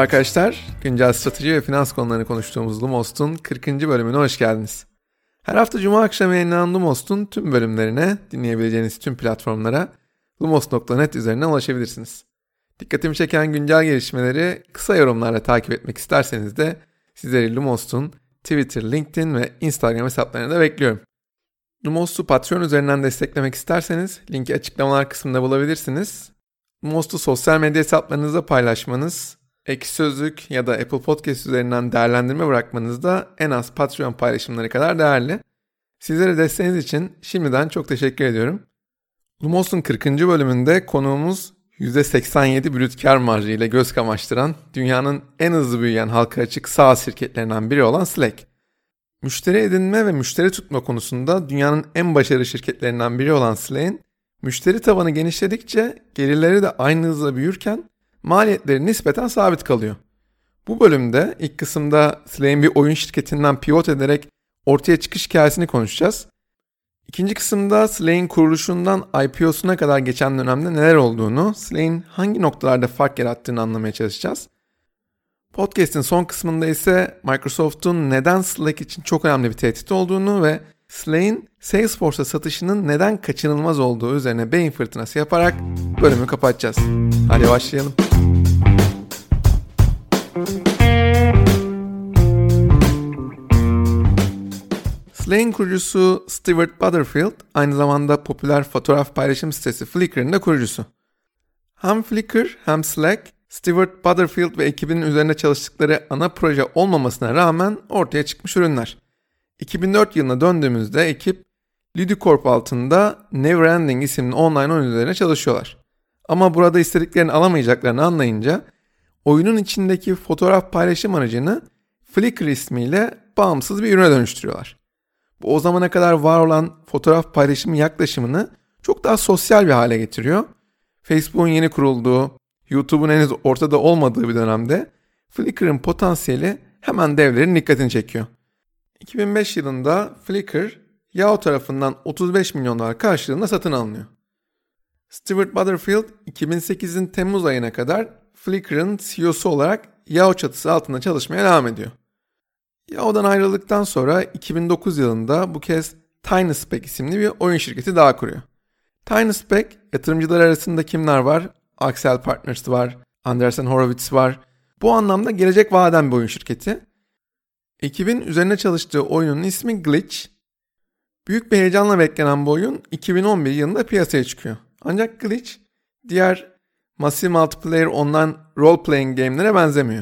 Merhaba arkadaşlar, güncel strateji ve finans konularını konuştuğumuz Lumos'un 40. bölümüne hoş geldiniz. Her hafta Cuma akşamı yayınlanan Lumos'un tüm bölümlerine, dinleyebileceğiniz tüm platformlara lumos.net üzerinden ulaşabilirsiniz. Dikkatimi çeken güncel gelişmeleri kısa yorumlarla takip etmek isterseniz de sizleri Lumos'un Twitter, LinkedIn ve Instagram hesaplarına da bekliyorum. Lumos'u Patreon üzerinden desteklemek isterseniz linki açıklamalar kısmında bulabilirsiniz. Lumos'u sosyal medya hesaplarınızda paylaşmanız, Ekşi Sözlük ya da Apple Podcast üzerinden değerlendirme bırakmanız da en az Patreon paylaşımları kadar değerli. Sizlere desteğiniz için şimdiden çok teşekkür ediyorum. Lumos'un 40. bölümünde konuğumuz %87 brüt kar marjı ile göz kamaştıran dünyanın en hızlı büyüyen halka açık SaaS şirketlerinden biri olan Slack. Müşteri edinme ve müşteri tutma konusunda dünyanın en başarılı şirketlerinden biri olan Slack'in müşteri tabanı genişledikçe gelirleri de aynı hızla büyürken maliyetleri nispeten sabit kalıyor. Bu bölümde ilk kısımda Slack'in bir oyun şirketinden pivot ederek ortaya çıkış hikayesini konuşacağız. İkinci kısımda Slack'in kuruluşundan IPO'suna kadar geçen dönemde neler olduğunu, Slack'in hangi noktalarda fark yarattığını anlamaya çalışacağız. Podcast'in son kısmında ise Microsoft'un neden Slack için çok önemli bir tehdit olduğunu ve Slack'in Salesforce'a satışının neden kaçınılmaz olduğu üzerine beyin fırtınası yaparak bölümü kapatacağız. Hadi başlayalım. Slack'in kurucusu Stewart Butterfield aynı zamanda popüler fotoğraf paylaşım sitesi Flickr'ın da kurucusu. Hem Flickr hem Slack, Stewart Butterfield ve ekibinin üzerine çalıştıkları ana proje olmamasına rağmen ortaya çıkmış ürünler. 2004 yılına döndüğümüzde ekip Ludicorp altında Neverending isimli online oyun üzerine çalışıyorlar. Ama burada istediklerini alamayacaklarını anlayınca oyunun içindeki fotoğraf paylaşım aracını Flickr ismiyle bağımsız bir ürüne dönüştürüyorlar. Bu o zamana kadar var olan fotoğraf paylaşımı yaklaşımını çok daha sosyal bir hale getiriyor. Facebook'un yeni kurulduğu, YouTube'un henüz ortada olmadığı bir dönemde Flickr'ın potansiyeli hemen devlerin dikkatini çekiyor. 2005 yılında Flickr, Yahoo tarafından 35 milyon dolar karşılığında satın alınıyor. Stewart Butterfield 2008'in Temmuz ayına kadar Flickr'ın CEO'su olarak Yahoo çatısı altında çalışmaya devam ediyor. Yahoo'dan ayrıldıktan sonra 2009 yılında bu kez TinySpec isimli bir oyun şirketi daha kuruyor. TinySpec yatırımcılar arasında kimler var? Accel Partners var, Andreessen Horowitz var. Bu anlamda gelecek vaden bir oyun şirketi. Ekibin üzerine çalıştığı oyunun ismi Glitch. Büyük bir heyecanla beklenen bu oyun 2011 yılında piyasaya çıkıyor. Ancak Glitch diğer massive multiplayer online role playing game'lere benzemiyor.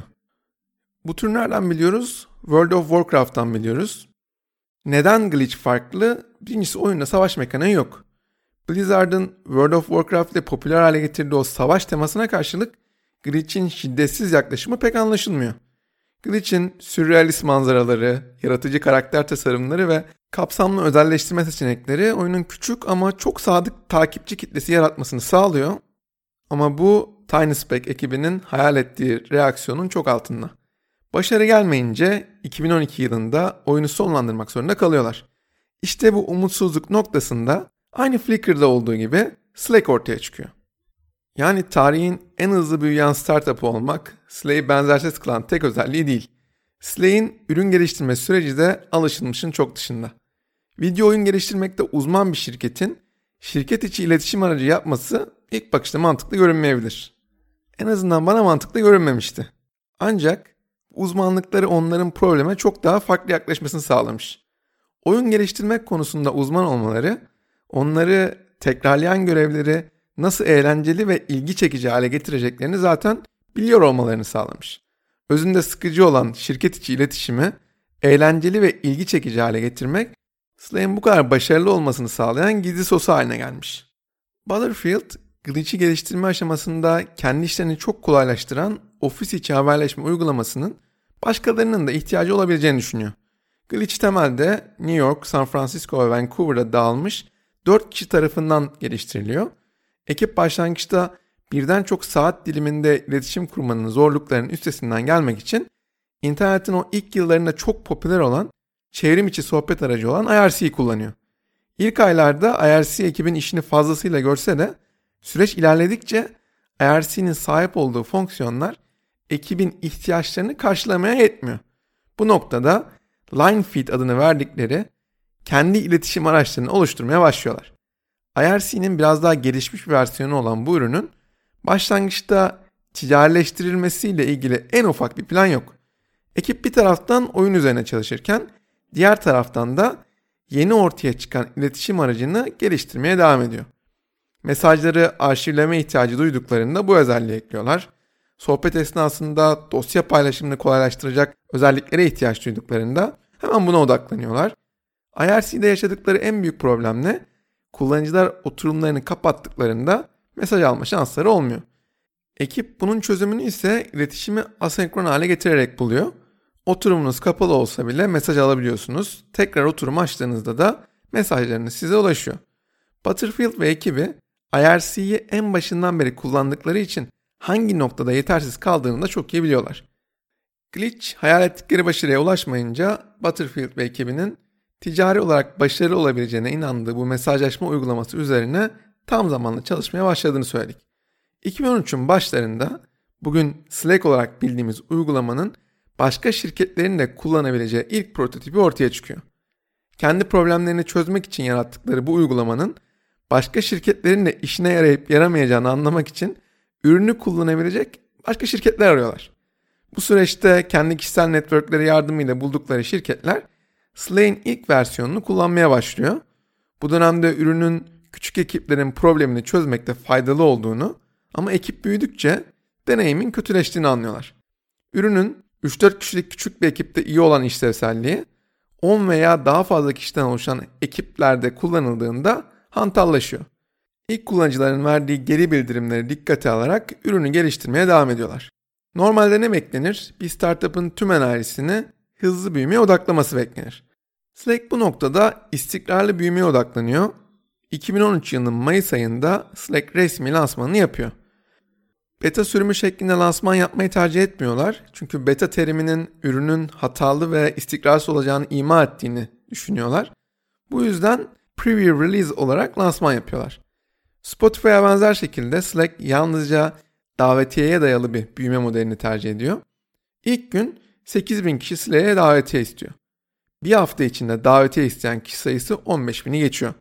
Bu tür nereden biliyoruz? World of Warcraft'tan biliyoruz. Neden Glitch farklı? Birincisi oyunda savaş mekaniği yok. Blizzard'ın World of Warcraft ile popüler hale getirdiği o savaş temasına karşılık Glitch'in şiddetsiz yaklaşımı pek anlaşılmıyor. Glitch'in sürrealist manzaraları, yaratıcı karakter tasarımları ve kapsamlı özelleştirme seçenekleri oyunun küçük ama çok sadık takipçi kitlesi yaratmasını sağlıyor. Ama bu TinySpec ekibinin hayal ettiği reaksiyonun çok altında. Başarı gelmeyince 2012 yılında oyunu sonlandırmak zorunda kalıyorlar. İşte bu umutsuzluk noktasında aynı Flickr'da olduğu gibi Slack ortaya çıkıyor. Yani tarihin en hızlı büyüyen startup'ı olmak Slack'i benzersiz kılan tek özelliği değil. Slack'in ürün geliştirme süreci de alışılmışın çok dışında. Video oyun geliştirmekte uzman bir şirketin şirket içi iletişim aracı yapması ilk bakışta mantıklı görünmeyebilir. En azından bana mantıklı görünmemişti. Ancak uzmanlıkları onların probleme çok daha farklı yaklaşmasını sağlamış. Oyun geliştirmek konusunda uzman olmaları, onları tekrarlayan görevleri nasıl eğlenceli ve ilgi çekici hale getireceklerini zaten biliyor olmalarını sağlamış. Özünde sıkıcı olan şirket içi iletişimi eğlenceli ve ilgi çekici hale getirmek, Slack'in bu kadar başarılı olmasını sağlayan gizli sosu haline gelmiş. Butterfield, Glitch'i geliştirme aşamasında kendi işlerini çok kolaylaştıran ofis içi haberleşme uygulamasının başkalarının da ihtiyacı olabileceğini düşünüyor. Glitch temelde New York, San Francisco ve Vancouver'da dağılmış 4 kişi tarafından geliştiriliyor. Ekip başlangıçta birden çok saat diliminde iletişim kurmanın zorluklarının üstesinden gelmek için internetin o ilk yıllarında çok popüler olan çevrim içi sohbet aracı olan IRC'yi kullanıyor. İlk aylarda IRC ekibin işini fazlasıyla görse de süreç ilerledikçe IRC'nin sahip olduğu fonksiyonlar ekibin ihtiyaçlarını karşılamaya yetmiyor. Bu noktada Linefeed adını verdikleri kendi iletişim araçlarını oluşturmaya başlıyorlar. IRC'nin biraz daha gelişmiş bir versiyonu olan bu ürünün başlangıçta ticarileştirilmesiyle ilgili en ufak bir plan yok. Ekip bir taraftan oyun üzerine çalışırken diğer taraftan da yeni ortaya çıkan iletişim aracını geliştirmeye devam ediyor. Mesajları arşivleme ihtiyacı duyduklarında bu özelliği ekliyorlar. Sohbet esnasında dosya paylaşımını kolaylaştıracak özelliklere ihtiyaç duyduklarında hemen buna odaklanıyorlar. IRC'de yaşadıkları en büyük problem ne? Kullanıcılar oturumlarını kapattıklarında mesaj alma şansları olmuyor. Ekip bunun çözümünü ise iletişimi asenkron hale getirerek buluyor. Oturumunuz kapalı olsa bile mesaj alabiliyorsunuz. Tekrar oturum açtığınızda da mesajlarınız size ulaşıyor. Butterfield ve ekibi IRC'yi en başından beri kullandıkları için hangi noktada yetersiz kaldığını da çok iyi biliyorlar. Glitch hayal ettikleri başarıya ulaşmayınca Butterfield ve ekibinin ticari olarak başarılı olabileceğine inandığı bu mesajlaşma uygulaması üzerine tam zamanlı çalışmaya başladığını söyledik. 2013'ün başlarında bugün Slack olarak bildiğimiz uygulamanın başka şirketlerin de kullanabileceği ilk prototipi ortaya çıkıyor. Kendi problemlerini çözmek için yarattıkları bu uygulamanın başka şirketlerin de işine yarayıp yaramayacağını anlamak için ürünü kullanabilecek başka şirketler arıyorlar. Bu süreçte kendi kişisel networkleri yardımıyla buldukları şirketler Slack'in ilk versiyonunu kullanmaya başlıyor. Bu dönemde ürünün küçük ekiplerin problemini çözmekte faydalı olduğunu ama ekip büyüdükçe deneyimin kötüleştiğini anlıyorlar. Ürünün 3-4 kişilik küçük bir ekipte iyi olan işlevselliği 10 veya daha fazla kişiden oluşan ekiplerde kullanıldığında hantallaşıyor. İlk kullanıcıların verdiği geri bildirimleri dikkate alarak ürünü geliştirmeye devam ediyorlar. Normalde ne beklenir? Bir startup'ın tüm enerjisini hızlı büyümeye odaklaması beklenir. Slack bu noktada istikrarlı büyümeye odaklanıyor. 2013 yılının Mayıs ayında Slack resmi lansmanını yapıyor. Beta sürümü şeklinde lansman yapmayı tercih etmiyorlar. Çünkü beta teriminin ürünün hatalı ve istikrarsız olacağını ima ettiğini düşünüyorlar. Bu yüzden preview release olarak lansman yapıyorlar. Spotify'a benzer şekilde Slack yalnızca davetiyeye dayalı bir büyüme modelini tercih ediyor. İlk gün 8.000 kişi Slack'e davetiye istiyor. Bir hafta içinde davetiye isteyen kişi sayısı 15.000'i geçiyor.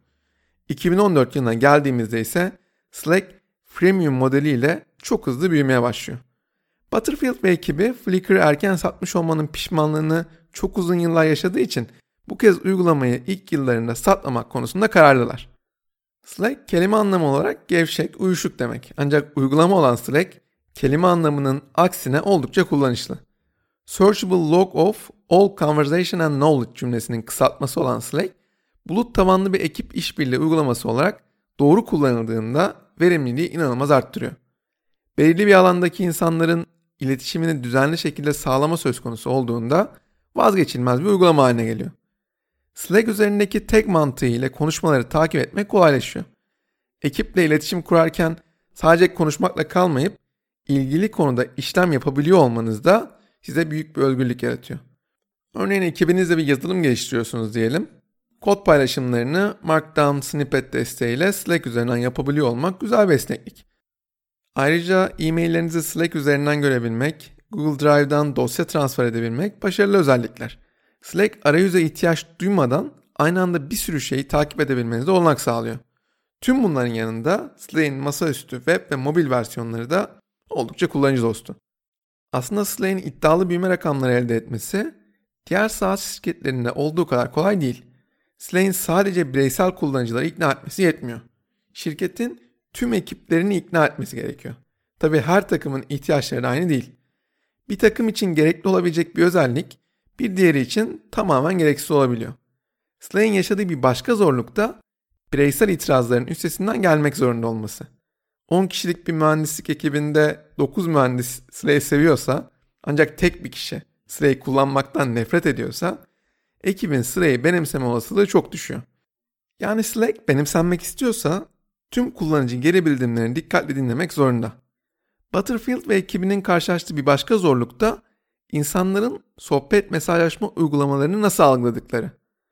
2014 yılına geldiğimizde ise Slack freemium modeliyle çok hızlı büyümeye başlıyor. Butterfield ve ekibi Flickr'ı erken satmış olmanın pişmanlığını çok uzun yıllar yaşadığı için bu kez uygulamayı ilk yıllarında satmamak konusunda kararlılar. Slack kelime anlamı olarak gevşek, uyuşuk demek. Ancak uygulama olan Slack kelime anlamının aksine oldukça kullanışlı. Searchable Log of All Conversation and Knowledge cümlesinin kısaltması olan Slack, bulut tabanlı bir ekip işbirliği uygulaması olarak doğru kullanıldığında verimliliği inanılmaz arttırıyor. Belirli bir alandaki insanların iletişimini düzenli şekilde sağlama söz konusu olduğunda vazgeçilmez bir uygulama haline geliyor. Slack üzerindeki tek mantığı ile konuşmaları takip etmek kolaylaşıyor. Ekiple iletişim kurarken sadece konuşmakla kalmayıp ilgili konuda işlem yapabiliyor olmanız da size büyük bir özgürlük yaratıyor. Örneğin ekibinizle bir yazılım geliştiriyorsunuz diyelim. Kod paylaşımlarını Markdown snippet desteğiyle Slack üzerinden yapabiliyor olmak güzel bir esneklik. Ayrıca e-maillerinizi Slack üzerinden görebilmek, Google Drive'dan dosya transfer edebilmek başarılı özellikler. Slack arayüze ihtiyaç duymadan aynı anda bir sürü şeyi takip edebilmenize olanak sağlıyor. Tüm bunların yanında Slack'in masaüstü web ve mobil versiyonları da oldukça kullanıcı dostu. Aslında Slack'in iddialı büyüme rakamları elde etmesi diğer SaaS şirketlerinde olduğu kadar kolay değil. Slack'in sadece bireysel kullanıcıları ikna etmesi yetmiyor. Şirketin tüm ekiplerini ikna etmesi gerekiyor. Tabii her takımın ihtiyaçları da aynı değil. Bir takım için gerekli olabilecek bir özellik bir diğeri için tamamen gereksiz olabiliyor. Slack'in yaşadığı bir başka zorluk da bireysel itirazların üstesinden gelmek zorunda olması. 10 kişilik bir mühendislik ekibinde 9 mühendis Slack'i seviyorsa ancak tek bir kişi Slack'i kullanmaktan nefret ediyorsa ekibin Slack'i benimseme olasılığı çok düşüyor. Yani Slack benimsenmek istiyorsa tüm kullanıcı geri bildirimlerini dikkatli dinlemek zorunda. Butterfield ve ekibinin karşılaştığı bir başka zorluk da insanların sohbet mesajlaşma uygulamalarını nasıl algıladıkları.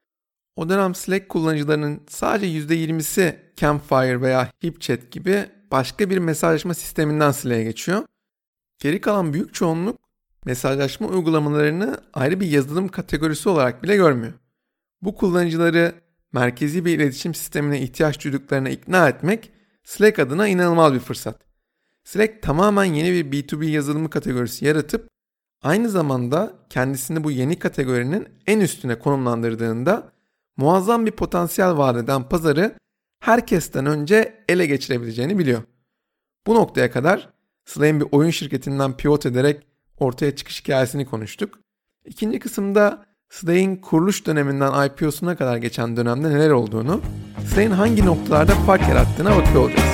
O dönem Slack kullanıcılarının sadece %20'si Campfire veya HipChat gibi başka bir mesajlaşma sisteminden Slack'e geçiyor. Geri kalan büyük çoğunluk mesajlaşma uygulamalarını ayrı bir yazılım kategorisi olarak bile görmüyor. Bu kullanıcıları merkezi bir iletişim sistemine ihtiyaç duyduklarına ikna etmek Slack adına inanılmaz bir fırsat. Slack tamamen yeni bir B2B yazılımı kategorisi yaratıp aynı zamanda kendisini bu yeni kategorinin en üstüne konumlandırdığında muazzam bir potansiyel vaat eden pazarı herkesten önce ele geçirebileceğini biliyor. Bu noktaya kadar Slack'in bir oyun şirketinden pivot ederek ortaya çıkış hikayesini konuştuk. İkinci kısımda Slack'in kuruluş döneminden IPO'suna kadar geçen dönemde neler olduğunu, Slack'in hangi noktalarda fark yarattığına bakıyor olacağız.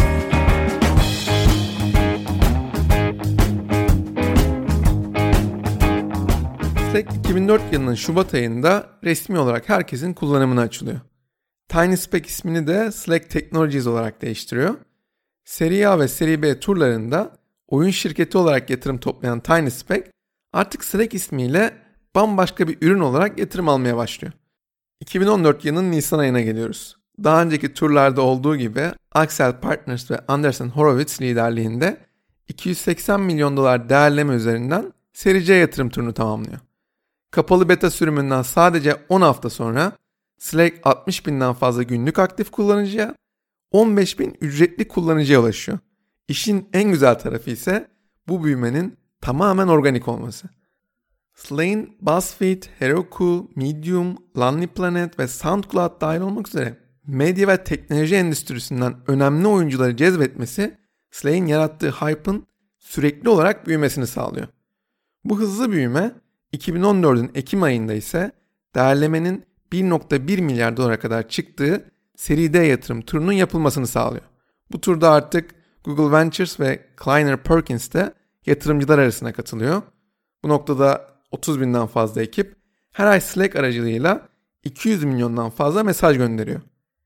Slack 2004 yılının Şubat ayında resmi olarak herkesin kullanımına açılıyor. TinySpec ismini de Slack Technologies olarak değiştiriyor. Seri A ve Seri B turlarında oyun şirketi olarak yatırım toplayan TinySpec artık Slack ismiyle bambaşka bir ürün olarak yatırım almaya başlıyor. 2014 yılının Nisan ayına geliyoruz. Daha önceki turlarda olduğu gibi Accel Partners ve Andreessen Horowitz liderliğinde $280 milyon değerleme üzerinden Seri C yatırım turunu tamamlıyor. Kapalı beta sürümünden sadece 10 hafta sonra Slack 60.000'den fazla günlük aktif kullanıcıya, 15.000 ücretli kullanıcıya ulaşıyor. İşin en güzel tarafı ise bu büyümenin tamamen organik olması. Slack'in BuzzFeed, Heroku, Medium, Lonely Planet ve SoundCloud dahil olmak üzere medya ve teknoloji endüstrisinden önemli oyuncuları cezbetmesi Slack'in yarattığı hype'ın sürekli olarak büyümesini sağlıyor. Bu hızlı büyüme 2014'ün Ekim ayında ise değerlemenin $1.1 milyar kadar çıktığı Seri D yatırım turunun yapılmasını sağlıyor. Bu turda artık Google Ventures ve Kleiner Perkins de yatırımcılar arasına katılıyor. Bu noktada 30.000'den fazla ekip her ay Slack aracılığıyla 200 milyondan fazla mesaj gönderiyor.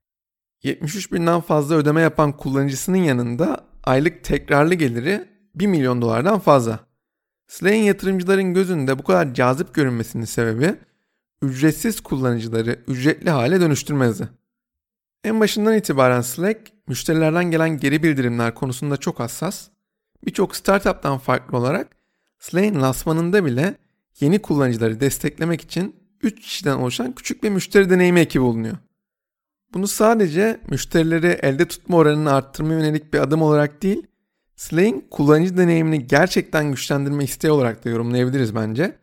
73.000'den fazla ödeme yapan kullanıcısının yanında aylık tekrarlı geliri $1 milyon fazla. Slack'in yatırımcıların gözünde bu kadar cazip görünmesinin sebebi ücretsiz kullanıcıları ücretli hale dönüştürme hızı. En başından itibaren Slack, müşterilerden gelen geri bildirimler konusunda çok hassas. Birçok startup'tan farklı olarak Slack'in lansmanında bile yeni kullanıcıları desteklemek için 3 kişiden oluşan küçük bir müşteri deneyimi ekibi bulunuyor. Bunu sadece müşterileri elde tutma oranını arttırmaya yönelik bir adım olarak değil, Slack'in kullanıcı deneyimini gerçekten güçlendirme isteği olarak da yorumlayabiliriz bence.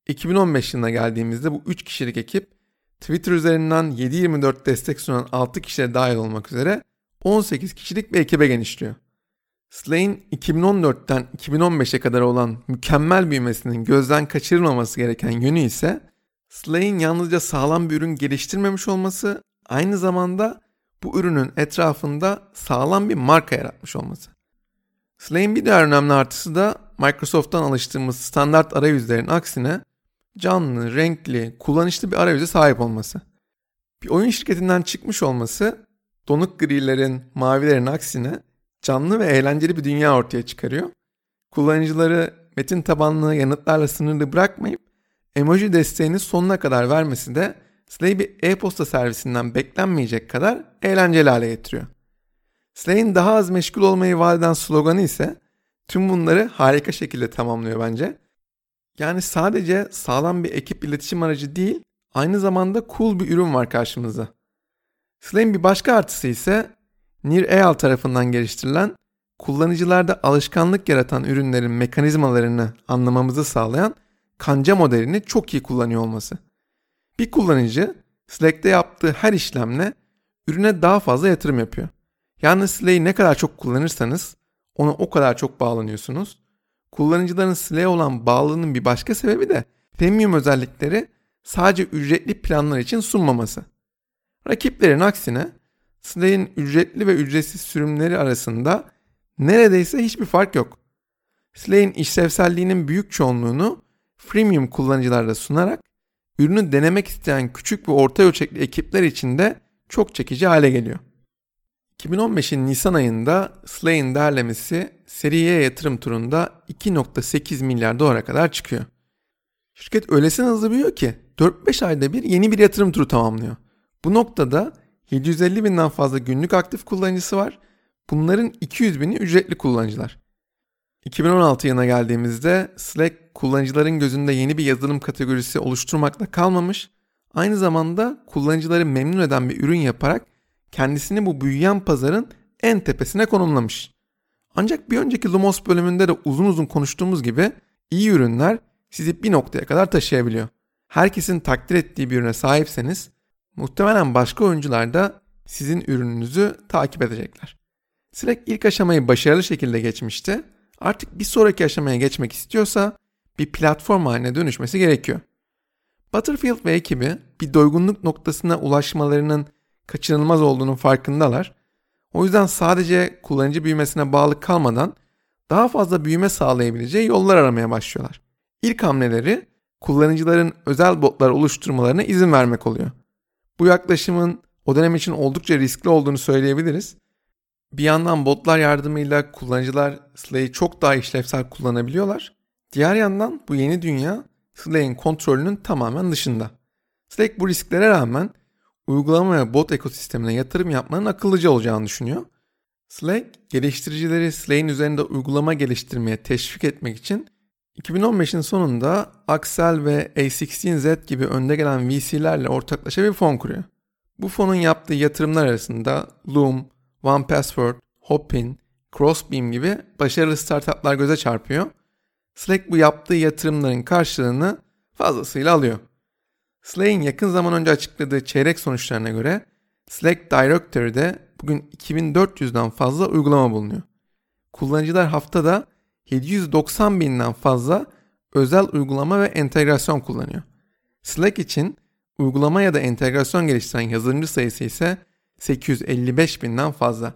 2015 yılına geldiğimizde bu 3 kişilik ekip Twitter üzerinden 7/24 destek sunan 6 kişiye dahil olmak üzere 18 kişilik bir ekibe genişliyor. Slack'in 2014'ten 2015'e kadar olan mükemmel büyümesinin gözden kaçırılmaması gereken yönü ise Slack'in yalnızca sağlam bir ürün geliştirmemiş olması, aynı zamanda bu ürünün etrafında sağlam bir marka yaratmış olması. Slack'in bir diğer önemli artısı da Microsoft'tan alıştığımız standart arayüzlerin aksine canlı, renkli, kullanışlı bir arayüze sahip olması. Bir oyun şirketinden çıkmış olması donuk grilerin, mavilerin aksine canlı ve eğlenceli bir dünya ortaya çıkarıyor. Kullanıcıları metin tabanlı yanıtlarla sınırlı bırakmayıp emoji desteğini sonuna kadar vermesi de Slack'i bir e-posta servisinden beklenmeyecek kadar eğlenceli hale getiriyor. Slack'in daha az meşgul olmayı vaat eden sloganı ise tüm bunları harika şekilde tamamlıyor bence. Yani sadece sağlam bir ekip iletişim aracı değil, aynı zamanda cool bir ürün var karşımızda. Slack'in bir başka artısı ise Nir Eyal tarafından geliştirilen, kullanıcılarda alışkanlık yaratan ürünlerin mekanizmalarını anlamamızı sağlayan kanca modelini çok iyi kullanıyor olması. Bir kullanıcı Slack'te yaptığı her işlemle ürüne daha fazla yatırım yapıyor. Yani Slack'i ne kadar çok kullanırsanız ona o kadar çok bağlanıyorsunuz. Kullanıcıların Slack'e olan bağlılığının bir başka sebebi de premium özellikleri sadece ücretli planlar için sunmaması. Rakiplerin aksine Slack'in ücretli ve ücretsiz sürümleri arasında neredeyse hiçbir fark yok. Slack'in işlevselliğinin büyük çoğunluğunu freemium kullanıcılarla sunarak ürünü denemek isteyen küçük ve orta ölçekli ekipler için de çok çekici hale geliyor. 2015'in Nisan ayında Slack'in değerlemesi Seri Y yatırım turunda $2.8 milyar kadar çıkıyor. Şirket öylesine hızlı büyüyor ki 4-5 ayda bir yeni bir yatırım turu tamamlıyor. Bu noktada 750.000'den fazla günlük aktif kullanıcısı var. Bunların 200.000'i ücretli kullanıcılar. 2016 yılına geldiğimizde Slack kullanıcıların gözünde yeni bir yazılım kategorisi oluşturmakla kalmamış, aynı zamanda kullanıcıları memnun eden bir ürün yaparak kendisini bu büyüyen pazarın en tepesine konumlamış. Ancak bir önceki Lumos bölümünde de uzun uzun konuştuğumuz gibi iyi ürünler sizi bir noktaya kadar taşıyabiliyor. Herkesin takdir ettiği bir ürüne sahipseniz muhtemelen başka oyuncular da sizin ürününüzü takip edecekler. Slack ilk aşamayı başarılı şekilde geçmişti. Artık bir sonraki aşamaya geçmek istiyorsa bir platform haline dönüşmesi gerekiyor. Butterfield ve ekibi bir doygunluk noktasına ulaşmalarının kaçınılmaz olduğunun farkındalar. O yüzden sadece kullanıcı büyümesine bağlı kalmadan daha fazla büyüme sağlayabileceği yollar aramaya başlıyorlar. İlk hamleleri kullanıcıların özel botlar oluşturmalarına izin vermek oluyor. Bu yaklaşımın o dönem için oldukça riskli olduğunu söyleyebiliriz. Bir yandan botlar yardımıyla kullanıcılar Slack'i çok daha işlevsel kullanabiliyorlar. Diğer yandan bu yeni dünya Slack'in kontrolünün tamamen dışında. Slack bu risklere rağmen uygulama ve bot ekosistemine yatırım yapmanın akıllıca olacağını düşünüyor. Slack, geliştiricileri Slack'in üzerinde uygulama geliştirmeye teşvik etmek için 2015'in sonunda Accel ve A16Z gibi önde gelen VC'lerle ortaklaşa bir fon kuruyor. Bu fonun yaptığı yatırımlar arasında Loom, 1Password, Hopin, Crossbeam gibi başarılı startuplar göze çarpıyor. Slack bu yaptığı yatırımların karşılığını fazlasıyla alıyor. Slack'in yakın zaman önce açıkladığı çeyrek sonuçlarına göre Slack Directory'de bugün 2400'den fazla uygulama bulunuyor. Kullanıcılar haftada 790 binden fazla özel uygulama ve entegrasyon kullanıyor. Slack için uygulama ya da entegrasyon geliştiren yazılımcı sayısı ise 855 binden fazla.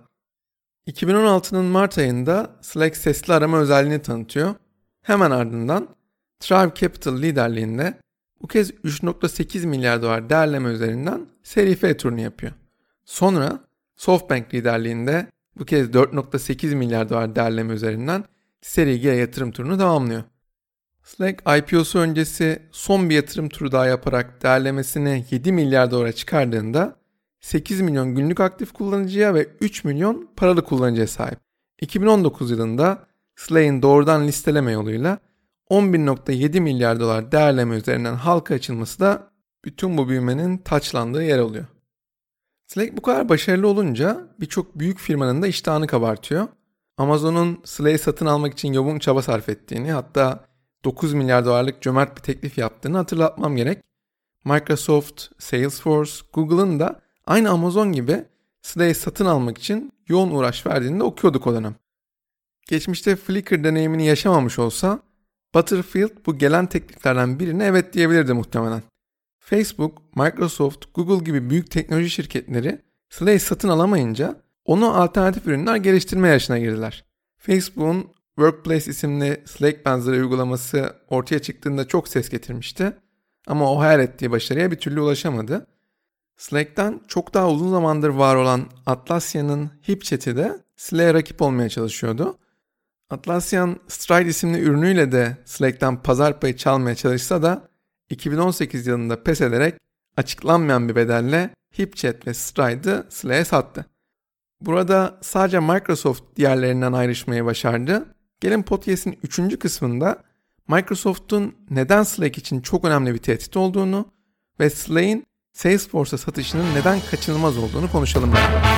2016'nın Mart ayında Slack sesli arama özelliğini tanıtıyor. Hemen ardından Thrive Capital liderliğinde bu kez 3.8 milyar dolar değerleme üzerinden seri F turunu yapıyor. Sonra SoftBank liderliğinde bu kez 4.8 milyar dolar değerleme üzerinden seri G yatırım turunu tamamlıyor. Slack IPO'su öncesi son bir yatırım turu daha yaparak değerlemesini 7 milyar dolara çıkardığında 8 milyon günlük aktif kullanıcıya ve 3 milyon paralı kullanıcıya sahip. 2019 yılında Slack'in doğrudan listeleme yoluyla 11.7 milyar dolar değerleme üzerinden halka açılması da bütün bu büyümenin taçlandığı yer oluyor. Slack bu kadar başarılı olunca birçok büyük firmanın da iştahını kabartıyor. Amazon'un Slack'i satın almak için yoğun çaba sarf ettiğini, hatta 9 milyar dolarlık cömert bir teklif yaptığını hatırlatmam gerek. Microsoft, Salesforce, Google'ın da aynı Amazon gibi Slack'i satın almak için yoğun uğraş verdiğini de okuyorduk o dönem. Geçmişte Flickr deneyimini yaşamamış olsa Butterfield bu gelen tekliflerden birine evet diyebilirdi muhtemelen. Facebook, Microsoft, Google gibi büyük teknoloji şirketleri Slack'i satın alamayınca onu alternatif ürünler geliştirme yarışına girdiler. Facebook'un Workplace isimli Slack benzeri uygulaması ortaya çıktığında çok ses getirmişti. Ama o hayal ettiği başarıya bir türlü ulaşamadı. Slack'ten çok daha uzun zamandır var olan Atlassian'ın HipChat'i de Slack'e rakip olmaya çalışıyordu. Atlassian Stride isimli ürünüyle de Slack'ten pazar payı çalmaya çalışsa da 2018 yılında pes ederek açıklanmayan bir bedelle HipChat ve Stride'ı Slack'e sattı. Burada sadece Microsoft diğerlerinden ayrışmayı başardı. Gelin podcast'in 3. kısmında Microsoft'un neden Slack için çok önemli bir tehdit olduğunu ve Slack'in Salesforce'a satışının neden kaçınılmaz olduğunu konuşalım.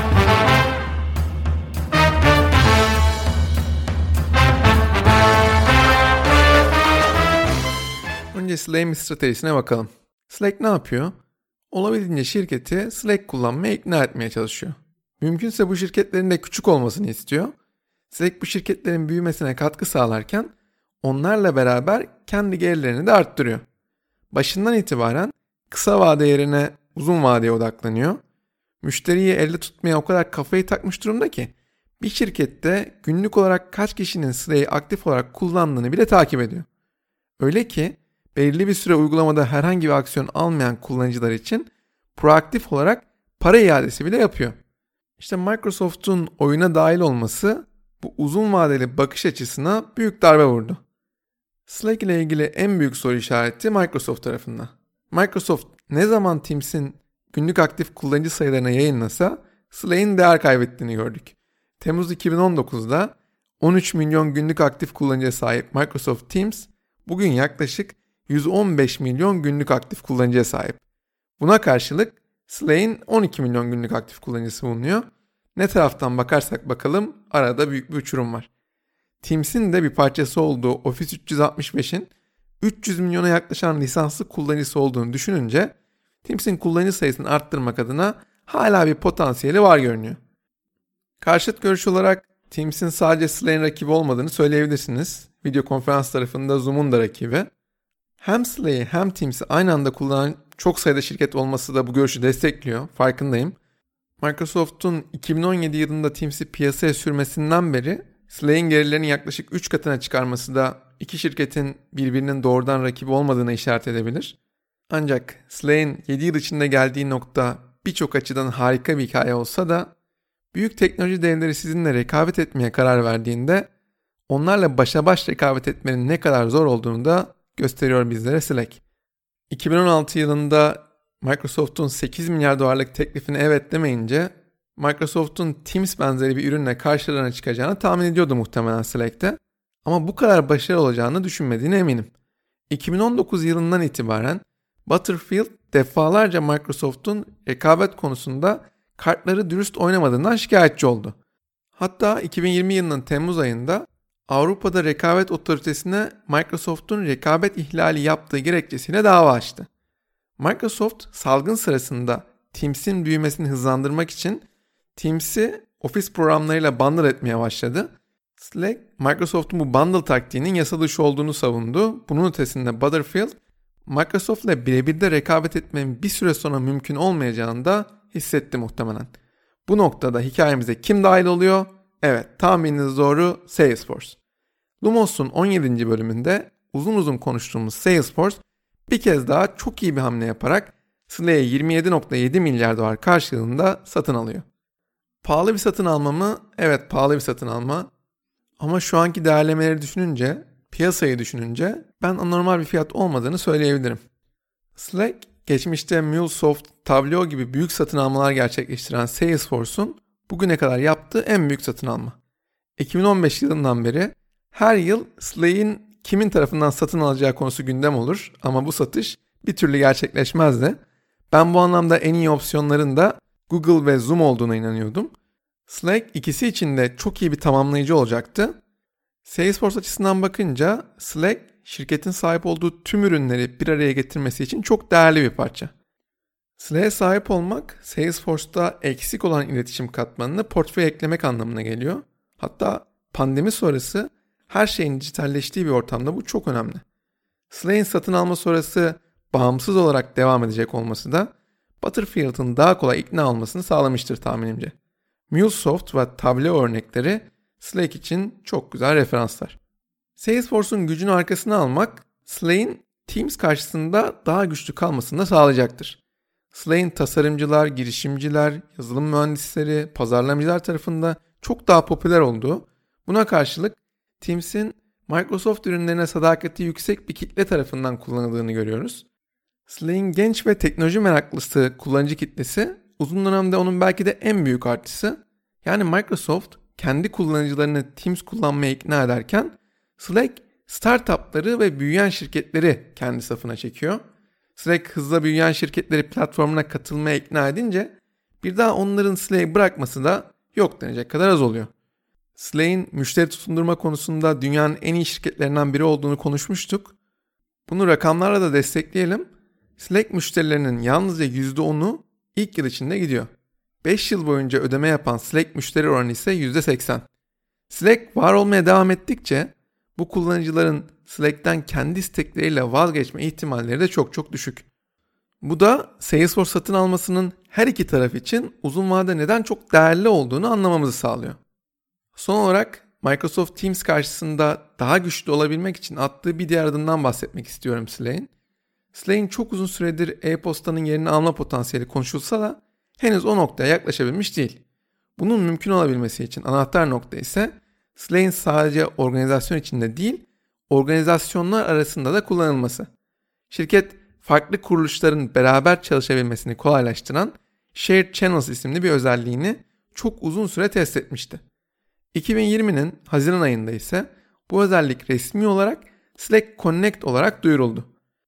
Önce Slack'in stratejisine bakalım. Slack ne yapıyor? Olabildiğince şirketi Slack kullanmaya ikna etmeye çalışıyor. Mümkünse bu şirketlerin de küçük olmasını istiyor. Slack bu şirketlerin büyümesine katkı sağlarken onlarla beraber kendi gelirlerini de arttırıyor. Başından itibaren kısa vade yerine uzun vadeye odaklanıyor. Müşteriyi elde tutmaya o kadar kafayı takmış durumda ki bir şirkette günlük olarak kaç kişinin Slack'i aktif olarak kullandığını bile takip ediyor. Öyle ki belirli bir süre uygulamada herhangi bir aksiyon almayan kullanıcılar için proaktif olarak para iadesi bile yapıyor. İşte Microsoft'un oyuna dahil olması bu uzun vadeli bakış açısına büyük darbe vurdu. Slack ile ilgili en büyük soru işareti Microsoft tarafında. Microsoft ne zaman Teams'in günlük aktif kullanıcı sayılarına yayınlasa Slack'in değer kaybettiğini gördük. Temmuz 2019'da 13 milyon günlük aktif kullanıcıya sahip Microsoft Teams bugün yaklaşık 115 milyon günlük aktif kullanıcıya sahip. Buna karşılık Slack'in 12 milyon günlük aktif kullanıcısı bulunuyor. Ne taraftan bakarsak bakalım arada büyük bir uçurum var. Teams'in de bir parçası olduğu Office 365'in 300 milyona yaklaşan lisanslı kullanıcısı olduğunu düşününce Teams'in kullanıcı sayısını arttırmak adına hala bir potansiyeli var görünüyor. Karşıt görüş olarak Teams'in sadece Slack'in rakibi olmadığını söyleyebilirsiniz. Video konferans tarafında Zoom'un da rakibi. Hem Slack'i hem Teams'i aynı anda kullanan çok sayıda şirket olması da bu görüşü destekliyor. Farkındayım. Microsoft'un 2017 yılında Teams'i piyasaya sürmesinden beri Slack'in gelirlerini yaklaşık 3 katına çıkarması da iki şirketin birbirinin doğrudan rakibi olmadığına işaret edebilir. Ancak Slack'in 7 yıl içinde geldiği nokta birçok açıdan harika bir hikaye olsa da büyük teknoloji devleri sizinle rekabet etmeye karar verdiğinde onlarla başa baş rekabet etmenin ne kadar zor olduğunu da gösteriyor bizlere Slack. 2016 yılında Microsoft'un 8 milyar dolarlık teklifine evet demeyince Microsoft'un Teams benzeri bir ürünle karşılarına çıkacağını tahmin ediyordu muhtemelen Slack'te. Ama bu kadar başarılı olacağını düşünmediğine eminim. 2019 yılından itibaren Butterfield defalarca Microsoft'un rekabet konusunda kartları dürüst oynamadığından şikayetçi oldu. Hatta 2020 yılının Temmuz ayında Avrupa'da rekabet otoritesine Microsoft'un rekabet ihlali yaptığı gerekçesiyle dava açtı. Microsoft salgın sırasında Teams'in büyümesini hızlandırmak için Teams'i Office programlarıyla bundle etmeye başladı. Slack, Microsoft'un bu bundle taktiğinin yasa dışı olduğunu savundu. Bunun ötesinde Butterfield, Microsoft'la birebir de rekabet etmenin bir süre sonra mümkün olmayacağını da hissetti muhtemelen. Bu noktada hikayemize kim dahil oluyor? Evet, tahmininiz doğru, Salesforce. Lumos'un 17. bölümünde uzun uzun konuştuğumuz Salesforce bir kez daha çok iyi bir hamle yaparak Slack'ı 27.7 milyar dolar karşılığında satın alıyor. Pahalı bir satın alma mı? Evet, pahalı bir satın alma. Ama şu anki değerlemeleri düşününce, piyasayı düşününce ben anormal bir fiyat olmadığını söyleyebilirim. Slack, geçmişte MuleSoft, Tableau gibi büyük satın almalar gerçekleştiren Salesforce'un bugüne kadar yaptığı en büyük satın alma. 2015 yılından beri her yıl Slack'in kimin tarafından satın alacağı konusu gündem olur ama bu satış bir türlü gerçekleşmezdi. Ben bu anlamda en iyi opsiyonların da Google ve Zoom olduğuna inanıyordum. Slack ikisi için de çok iyi bir tamamlayıcı olacaktı. Salesforce açısından bakınca Slack şirketin sahip olduğu tüm ürünleri bir araya getirmesi için çok değerli bir parça. Slack'e sahip olmak Salesforce'da eksik olan iletişim katmanını portföye eklemek anlamına geliyor. Hatta pandemi sonrası her şeyin dijitalleştiği bir ortamda bu çok önemli. Slack'in satın alma sonrası bağımsız olarak devam edecek olması da Butterfield'ın daha kolay ikna olmasını sağlamıştır tahminimce. MuleSoft ve Tableau örnekleri Slack için çok güzel referanslar. Salesforce'un gücünü arkasına almak Slack'in Teams karşısında daha güçlü kalmasını da sağlayacaktır. Slack'in tasarımcılar, girişimciler, yazılım mühendisleri, pazarlamacılar tarafında çok daha popüler olduğu, buna karşılık Teams'in Microsoft ürünlerine sadakati yüksek bir kitle tarafından kullanıldığını görüyoruz. Slack'in genç ve teknoloji meraklısı kullanıcı kitlesi uzun dönemde onun belki de en büyük artısı. Yani Microsoft kendi kullanıcılarını Teams kullanmaya ikna ederken Slack startupları ve büyüyen şirketleri kendi safına çekiyor. Slack hızla büyüyen şirketleri platformuna katılmaya ikna edince bir daha onların Slack'i bırakması da yok denecek kadar az oluyor. Slack'in müşteri tutundurma konusunda dünyanın en iyi şirketlerinden biri olduğunu konuşmuştuk. Bunu rakamlarla da destekleyelim. Slack müşterilerinin yalnızca %10'u ilk yıl içinde gidiyor. 5 yıl boyunca ödeme yapan Slack müşteri oranı ise %80. Slack var olmaya devam ettikçe bu kullanıcıların Slack'ten kendi istekleriyle vazgeçme ihtimalleri de çok düşük. Bu da Salesforce satın almasının her iki taraf için uzun vadede neden çok değerli olduğunu anlamamızı sağlıyor. Son olarak Microsoft Teams karşısında daha güçlü olabilmek için attığı bir diğer adımdan bahsetmek istiyorum Slack'in. Slack'in çok uzun süredir e-postanın yerini alma potansiyeli konuşulsa da henüz o noktaya yaklaşabilmiş değil. Bunun mümkün olabilmesi için anahtar nokta ise Slack'in sadece organizasyon içinde değil, organizasyonlar arasında da kullanılması. Şirket farklı kuruluşların beraber çalışabilmesini kolaylaştıran Shared Channels isimli bir özelliğini çok uzun süre test etmişti. 2020'nin Haziran ayında ise bu özellik resmi olarak Slack Connect olarak duyuruldu.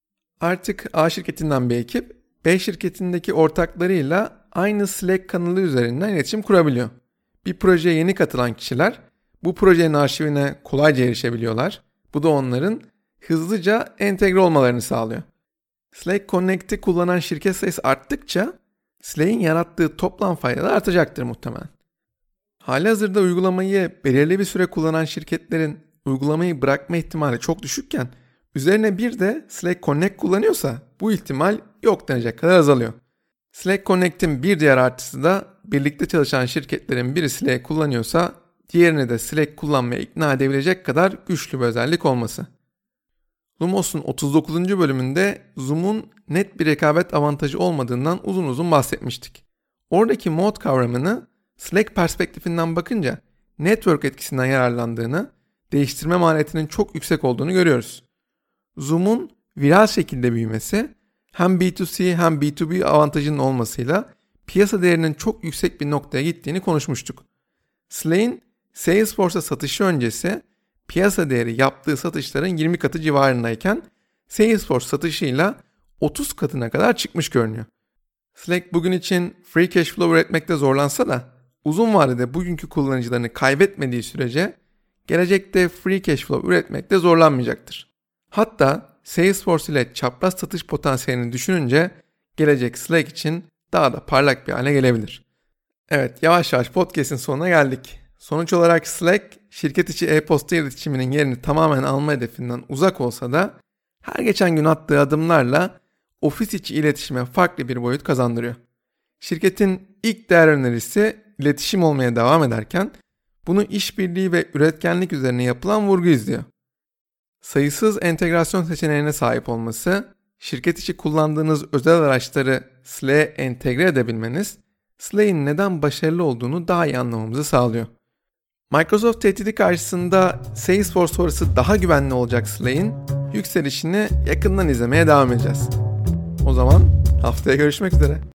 Artık A şirketinden bir ekip B şirketindeki ortaklarıyla aynı Slack kanalı üzerinden iletişim kurabiliyor. Bir projeye yeni katılan kişiler bu projenin arşivine kolayca erişebiliyorlar. Bu da onların hızlıca entegre olmalarını sağlıyor. Slack Connect'i kullanan şirket sayısı arttıkça Slack'in yarattığı toplam fayda da artacaktır muhtemelen. Halihazırda uygulamayı belirli bir süre kullanan şirketlerin uygulamayı bırakma ihtimali çok düşükken üzerine bir de Slack Connect kullanıyorsa bu ihtimal yok denecek kadar azalıyor. Slack Connect'in bir diğer artısı da birlikte çalışan şirketlerin biri Slack kullanıyorsa diğerini de Slack kullanmaya ikna edebilecek kadar güçlü bir özellik olması. Lumos'un 39. bölümünde Zoom'un net bir rekabet avantajı olmadığından uzun uzun bahsetmiştik. Oradaki mod kavramını Slack perspektifinden bakınca network etkisinden yararlandığını, değiştirme maliyetinin çok yüksek olduğunu görüyoruz. Zoom'un viral şekilde büyümesi hem B2C hem B2B avantajının olmasıyla piyasa değerinin çok yüksek bir noktaya gittiğini konuşmuştuk. Slack'in Salesforce'a satışı öncesi piyasa değeri yaptığı satışların 20 katı civarındayken Salesforce satışıyla 30 katına kadar çıkmış görünüyor. Slack bugün için free cash flow üretmekte zorlansa da uzun vadede bugünkü kullanıcılarını kaybetmediği sürece gelecekte free cash flow üretmekte zorlanmayacaktır. Hatta Salesforce ile çapraz satış potansiyelini düşününce gelecek Slack için daha da parlak bir hale gelebilir. Evet, yavaş yavaş podcast'in sonuna geldik. Sonuç olarak Slack, şirket içi e-posta iletişiminin yerini tamamen alma hedefinden uzak olsa da her geçen gün attığı adımlarla ofis içi iletişime farklı bir boyut kazandırıyor. Şirketin ilk değer önerisi iletişim olmaya devam ederken bunu işbirliği ve üretkenlik üzerine yapılan vurgu izliyor. Sayısız entegrasyon seçeneğine sahip olması, şirket içi kullandığınız özel araçları Slack'e entegre edebilmeniz, Slack'in neden başarılı olduğunu daha iyi anlamamızı sağlıyor. Microsoft tehdidi karşısında Salesforce sonrası daha güvenli olacak Slack'in yükselişini yakından izlemeye devam edeceğiz. O zaman haftaya görüşmek üzere.